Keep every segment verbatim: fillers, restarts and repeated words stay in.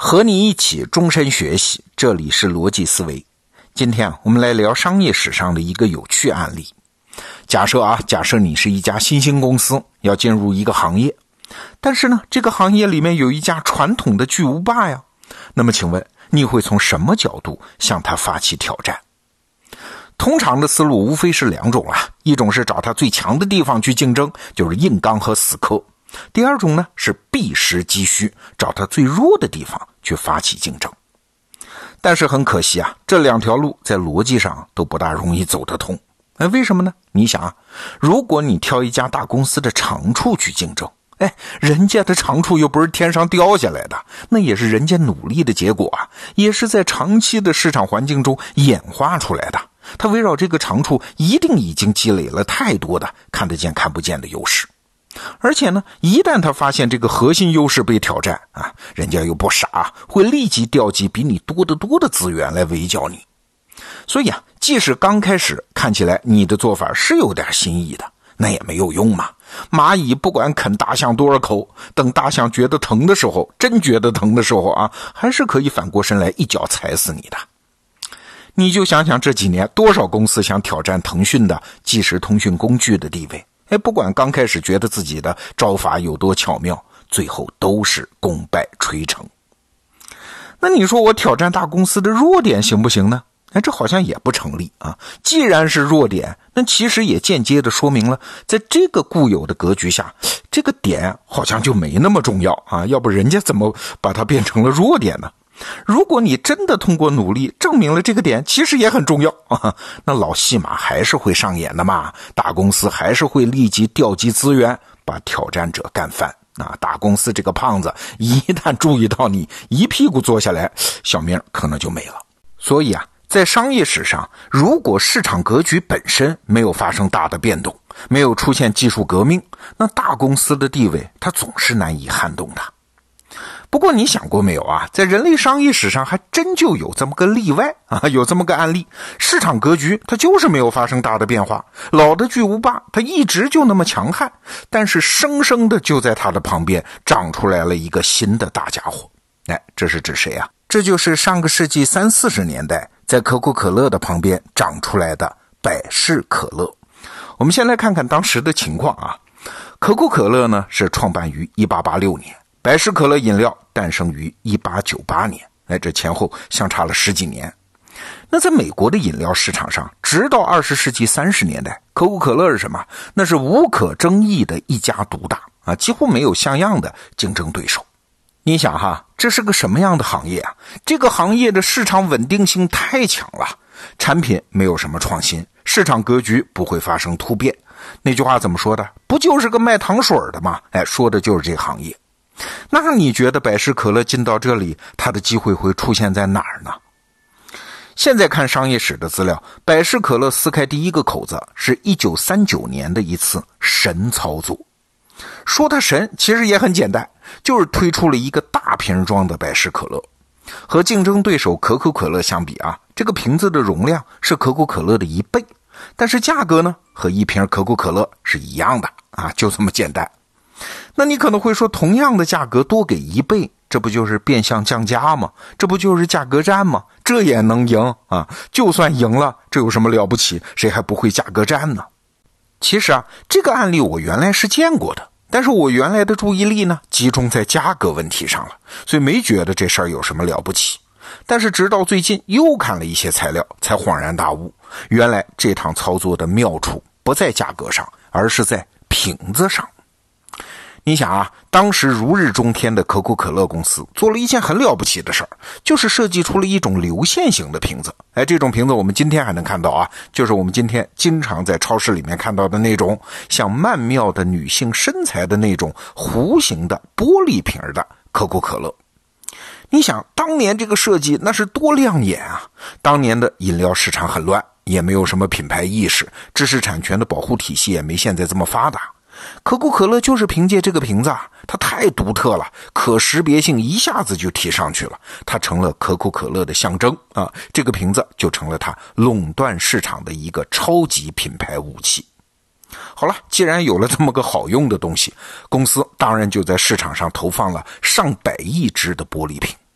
和你一起终身学习，这里是逻辑思维。今天我们来聊商业史上的一个有趣案例。假设啊，假设你是一家新兴公司，要进入一个行业，但是呢，这个行业里面有一家传统的巨无霸呀。那么请问，你会从什么角度向他发起挑战？通常的思路无非是两种啊，一种是找他最强的地方去竞争，就是硬刚和死磕。第二种呢，是避实击虚，找他最弱的地方去发起竞争。但是很可惜啊，这两条路在逻辑上都不大容易走得通。哎，为什么呢？你想啊，如果你挑一家大公司的长处去竞争，哎，人家的长处又不是天上掉下来的，那也是人家努力的结果啊，也是在长期的市场环境中演化出来的。他围绕这个长处一定已经积累了太多的看得见看不见的优势。而且呢，一旦他发现这个核心优势被挑战啊，人家又不傻，会立即调集比你多得多的资源来围剿你。所以啊，即使刚开始看起来你的做法是有点新意的，那也没有用嘛。蚂蚁不管啃大象多少口，等大象觉得疼的时候，真觉得疼的时候啊，还是可以反过身来一脚踩死你的。你就想想这几年多少公司想挑战腾讯的即时通讯工具的地位，哎，不管刚开始觉得自己的招法有多巧妙，最后都是功败垂成。那你说我挑战大公司的弱点行不行呢？哎，这好像也不成立啊。既然是弱点，那其实也间接的说明了，在这个固有的格局下，这个点好像就没那么重要啊，要不人家怎么把它变成了弱点呢？如果你真的通过努力证明了这个点其实也很重要啊，那老戏码还是会上演的嘛，大公司还是会立即调集资源把挑战者干翻。啊，大公司这个胖子一旦注意到你，一屁股坐下来，小命可能就没了。所以啊，在商业史上，如果市场格局本身没有发生大的变动，没有出现技术革命，那大公司的地位它总是难以撼动的。不过你想过没有啊，在人类商业史上还真就有这么个例外啊，有这么个案例，市场格局它就是没有发生大的变化，老的巨无霸它一直就那么强悍，但是生生的就在它的旁边长出来了一个新的大家伙。哎，这是指谁啊？这就是上个世纪三四十年代在可口可乐的旁边长出来的百事可乐。我们先来看看当时的情况啊。可口可乐呢是创办于一八八六年，百事可乐饮料诞生于一八九八年，哎，这前后相差了十几年。那在美国的饮料市场上，直到二十世纪三十年代，可口可乐是什么？那是无可争议的一家独大啊，几乎没有像样的竞争对手。你想哈，这是个什么样的行业啊？这个行业的市场稳定性太强了，产品没有什么创新，市场格局不会发生突变。那句话怎么说的？不就是个卖糖水的吗？哎，说的就是这个行业。那你觉得百事可乐进到这里，它的机会会出现在哪儿呢？现在看商业史的资料，百事可乐撕开第一个口子是一九三九年的一次神操作。说它神其实也很简单，就是推出了一个大瓶装的百事可乐。和竞争对手可口可乐相比啊，这个瓶子的容量是可口可乐的一倍，但是价格呢和一瓶可口可乐是一样的啊，就这么简单。那你可能会说，同样的价格多给一倍，这不就是变相降价吗？这不就是价格战吗？这也能赢啊？就算赢了，这有什么了不起？谁还不会价格战呢？其实啊，这个案例我原来是见过的，但是我原来的注意力呢集中在价格问题上了，所以没觉得这事儿有什么了不起。但是直到最近又看了一些材料，才恍然大悟，原来这趟操作的妙处不在价格上，而是在瓶子上。你想啊，当时如日中天的可口可乐公司做了一件很了不起的事儿，就是设计出了一种流线型的瓶子。哎，这种瓶子我们今天还能看到啊，就是我们今天经常在超市里面看到的那种像曼妙的女性身材的那种弧形的玻璃瓶的可口可乐。你想当年这个设计那是多亮眼啊！当年的饮料市场很乱，也没有什么品牌意识，知识产权的保护体系也没现在这么发达。可口可乐就是凭借这个瓶子啊，它太独特了，可识别性一下子就提上去了，它成了可口可乐的象征啊！这个瓶子就成了它垄断市场的一个超级品牌武器。好了，既然有了这么个好用的东西，公司当然就在市场上投放了上百亿只的玻璃瓶。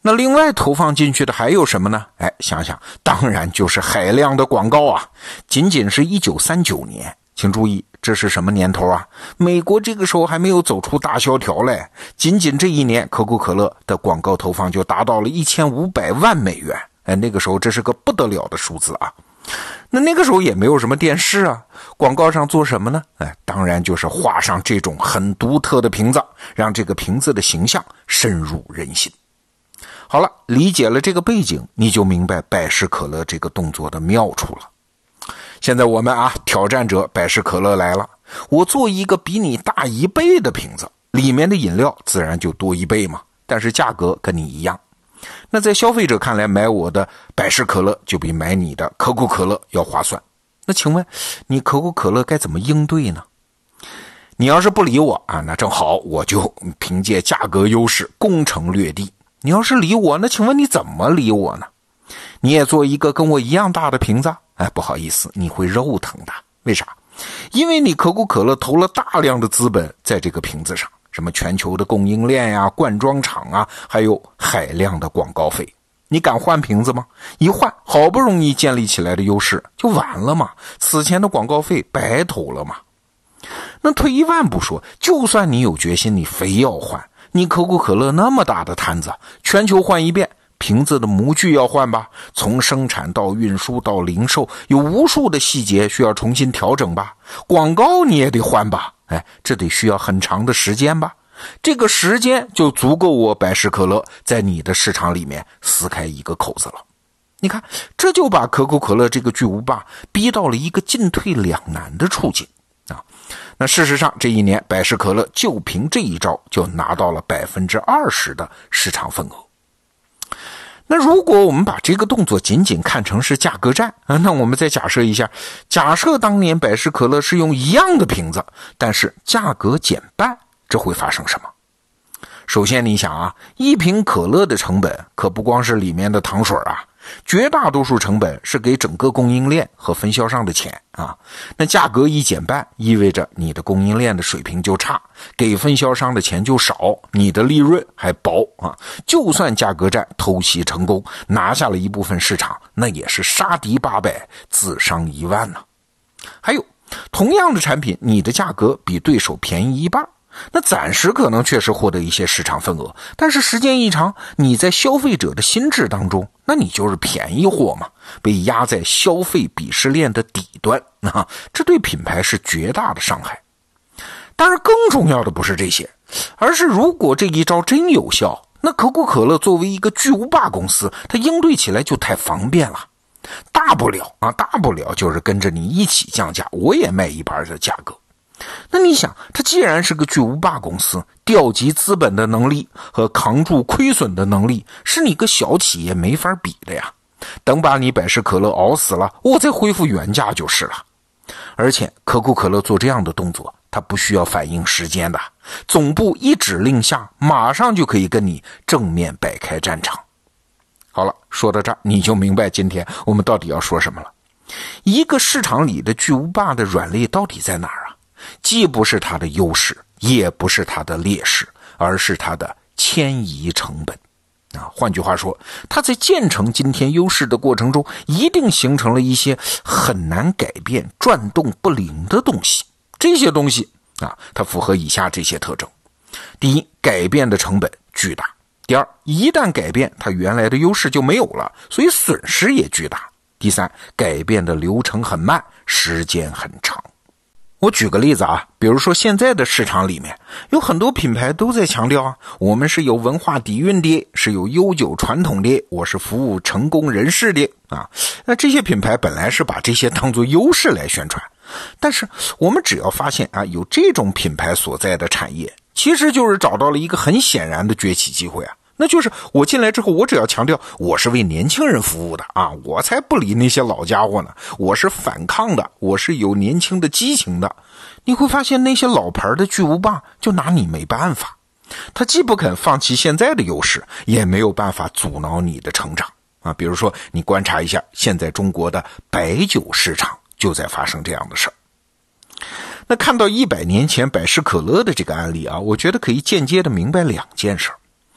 那另外投放进去的还有什么呢？哎，想想，当然就是海量的广告啊！仅仅是一九三九年，请注意，这是什么年头啊？美国这个时候还没有走出大萧条嘞，仅仅这一年，可口可乐的广告投放就达到了一千五百万美元。哎，那个时候这是个不得了的数字啊！那那个时候也没有什么电视啊，广告上做什么呢？哎，当然就是画上这种很独特的瓶子，让这个瓶子的形象深入人心。好了，理解了这个背景，你就明白百事可乐这个动作的妙处了。现在我们啊，挑战者百事可乐来了，我做一个比你大一倍的瓶子，里面的饮料自然就多一倍嘛，但是价格跟你一样。那在消费者看来，买我的百事可乐就比买你的可口可乐要划算。那请问你可口可乐该怎么应对呢？你要是不理我啊，那正好，我就凭借价格优势攻城略地。你要是理我，那请问你怎么理我呢？你也做一个跟我一样大的瓶子？哎，不好意思，你会肉疼的。为啥？因为你可口可乐投了大量的资本在这个瓶子上，什么全球的供应链呀、灌装厂啊，还有海量的广告费。你敢换瓶子吗？一换，好不容易建立起来的优势就完了嘛，此前的广告费白投了嘛。那退一万步说，就算你有决心，你非要换，你可口可乐那么大的摊子，全球换一遍，瓶子的模具要换吧，从生产到运输到零售，有无数的细节需要重新调整吧，广告你也得换吧，哎，这得需要很长的时间吧，这个时间就足够我百事可乐在你的市场里面撕开一个口子了。你看，这就把可口可乐这个巨无霸逼到了一个进退两难的处境啊。那事实上，这一年百事可乐就凭这一招就拿到了 百分之二十 的市场份额。那如果我们把这个动作仅仅看成是价格战啊，那我们再假设一下，假设当年百事可乐是用一样的瓶子，但是价格减半，这会发生什么？首先你想啊，一瓶可乐的成本可不光是里面的糖水啊，绝大多数成本是给整个供应链和分销商的钱啊。那价格一减半，意味着你的供应链的水平就差，给分销商的钱就少，你的利润还薄啊。就算价格战偷袭成功，拿下了一部分市场，那也是杀敌八百，自伤一万呢。还有，同样的产品，你的价格比对手便宜一半，那暂时可能确实获得一些市场份额，但是时间一长，你在消费者的心智当中，那你就是便宜货嘛，被压在消费鄙视链的底端啊，这对品牌是绝大的伤害。当然更重要的不是这些，而是如果这一招真有效，那可口可乐作为一个巨无霸公司，它应对起来就太方便了。大不了啊，大不了就是跟着你一起降价，我也卖一半的价格。那你想，它既然是个巨无霸公司，调集资本的能力和扛住亏损的能力是你个小企业没法比的呀。等把你百事可乐熬死了，我再恢复原价就是了。而且可口可乐做这样的动作，它不需要反应时间的，总部一指令下，马上就可以跟你正面摆开战场。好了，说到这儿，你就明白今天我们到底要说什么了。一个市场里的巨无霸的软肋到底在哪儿啊？既不是它的优势，也不是它的劣势，而是它的迁移成本啊。换句话说，它在建成今天优势的过程中，一定形成了一些很难改变、转动不灵的东西。这些东西啊，它符合以下这些特征：第一，改变的成本巨大；第二，一旦改变，它原来的优势就没有了，所以损失也巨大；第三，改变的流程很慢，时间很长。我举个例子啊，比如说现在的市场里面有很多品牌都在强调啊，我们是有文化底蕴的，是有悠久传统的，我是服务成功人士的啊。那这些品牌本来是把这些当作优势来宣传，但是我们只要发现啊，有这种品牌所在的产业，其实就是找到了一个很显然的崛起机会啊。那就是我进来之后，我只要强调我是为年轻人服务的啊，我才不理那些老家伙呢，我是反抗的，我是有年轻的激情的。你会发现那些老牌的巨无霸就拿你没办法，他既不肯放弃现在的优势，也没有办法阻挠你的成长啊。比如说你观察一下现在中国的白酒市场，就在发生这样的事儿。那看到一百年前百事可乐的这个案例啊，我觉得可以间接的明白两件事儿。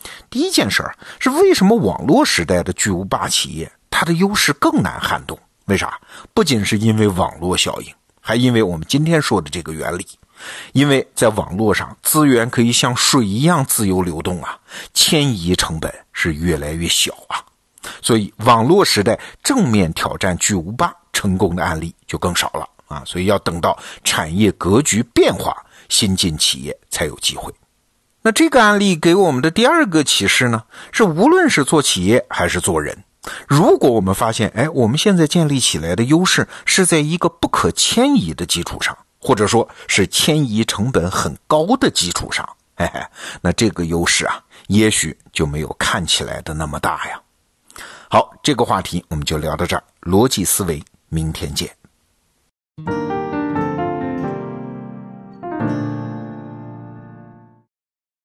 第一件事儿是为什么网络时代的巨无霸企业它的优势更难撼动？为啥？不仅是因为网络效应，还因为我们今天说的这个原理。因为在网络上，资源可以像水一样自由流动啊，迁移成本是越来越小啊。所以网络时代正面挑战巨无霸成功的案例就更少了啊。所以要等到产业格局变化，新进企业才有机会。那这个案例给我们的第二个启示呢，是无论是做企业还是做人，如果我们发现，哎，我们现在建立起来的优势是在一个不可迁移的基础上，或者说是迁移成本很高的基础上，嘿嘿，那这个优势啊，也许就没有看起来的那么大呀。好，这个话题我们就聊到这儿，逻辑思维，明天见。